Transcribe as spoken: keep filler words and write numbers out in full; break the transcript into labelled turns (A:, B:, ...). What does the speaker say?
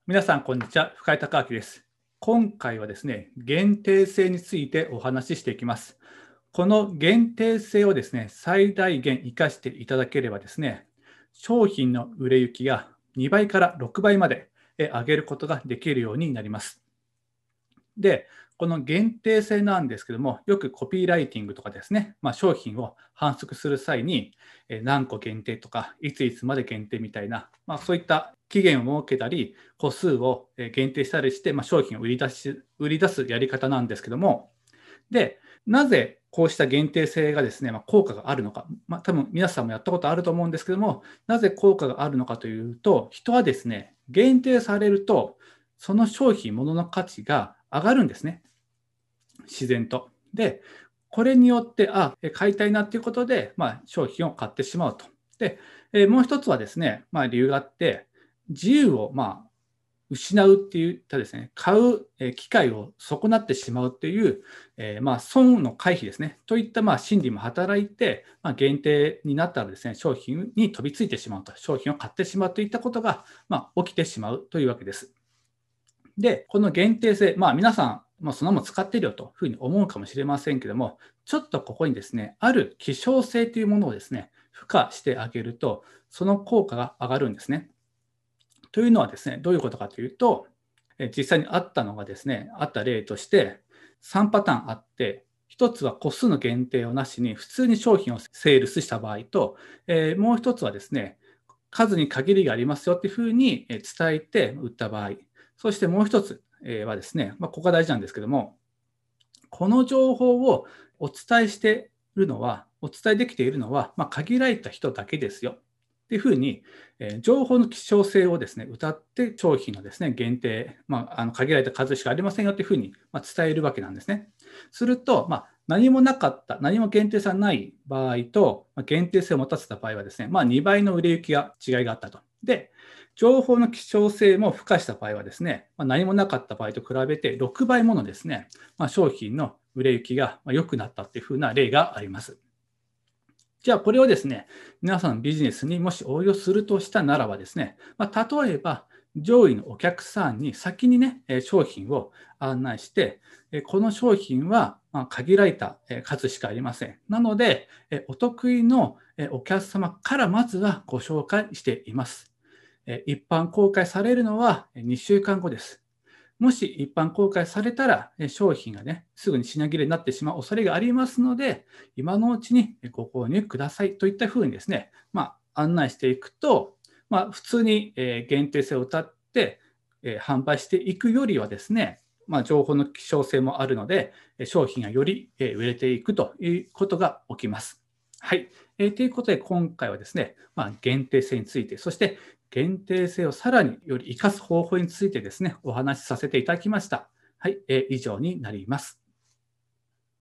A: 皆さん、こんにちは。深井孝明です。今回はですね、限定性についてお話ししていきます。この限定性をですね、最大限活かしていただければですね、商品の売れ行きがにばいからろくばいまで上げることができるようになります。で、この限定性なんですけども、よくコピーライティングとかですね、まあ、商品を販促する際に、え何個限定とか、いついつまで限定みたいな、まあ、そういった期限を設けたり、個数を限定したりして、まあ、商品を売り出し売り出すやり方なんですけども、で、なぜこうした限定性がですね、まあ、効果があるのか、まあ、多分皆さんもやったことあると思うんですけども、なぜ効果があるのかというと、人はですね、限定されると、その商品、物の価値が上がるんですね。自然と。で、これによって、あ、買いたいなっていうことで、まあ、商品を買ってしまうと。で、えもう一つはですね、まあ、理由があって、自由を、まあ、失うっていったですね、買う機会を損なってしまうっていう、えー、まあ損の回避ですね、といったまあ心理も働いて、まあ、限定になったらですね、商品に飛びついてしまうと、商品を買ってしまうといったことが、まあ、起きてしまうというわけです。で、この限定性、まあ皆さん、まあ、そんなもん使ってるよというふうに思うかもしれませんけども、ちょっとここにですね、ある希少性というものをですね、付加してあげると、その効果が上がるんですね。というのはですね、どういうことかというと、実際にあったのがですね、あった例としてさんパターンあって、ひとつは個数の限定をなしに普通に商品をセールスした場合と、えー、もうひとつはですね、数に限りがありますよっていうふうに伝えて売った場合、そしてもうひとつはですね、まあ、ここが大事なんですけども、この情報をお伝えしているのは、お伝えできているのは、まあ、限られた人だけですよっていうふうに、えー、情報の希少性をですね、謳って商品のですね、限定、まあ、あの限られた数しかありませんよっていうふうに、まあ、伝えるわけなんですね。すると、まあ、何もなかった、何も限定されない場合と、まあ、限定性を持たせた場合はですね、まあ、にばいの売れ行きが違いがあったと。で、情報の希少性も付加した場合はですね、まあ、何もなかった場合と比べてろくばいものですね、まあ、商品の売れ行きが良くなったっていうふうな例があります。じゃあこれをですね、皆さんのビジネスにもし応用するとしたならばですね、まあ、例えば上位のお客さんに先にね、商品を案内して、この商品は限られた数しかありません。なので、お得意のお客様からまずはご紹介しています。一般公開されるのはにしゅうかんごです。もし一般公開されたら、商品がね、すぐに品切れになってしまう恐れがありますので、今のうちにご購入くださいといったふうにですね、まあ、案内していくと、まあ、普通に限定性を謳って販売していくよりはですね、まあ、情報の希少性もあるので、商品がより売れていくということが起きます。はい。えー、ということで、今回はですね、まあ、限定性について、そして限定性をさらにより活かす方法についてですね、お話しさせていただきました。はい、えー、以上になります。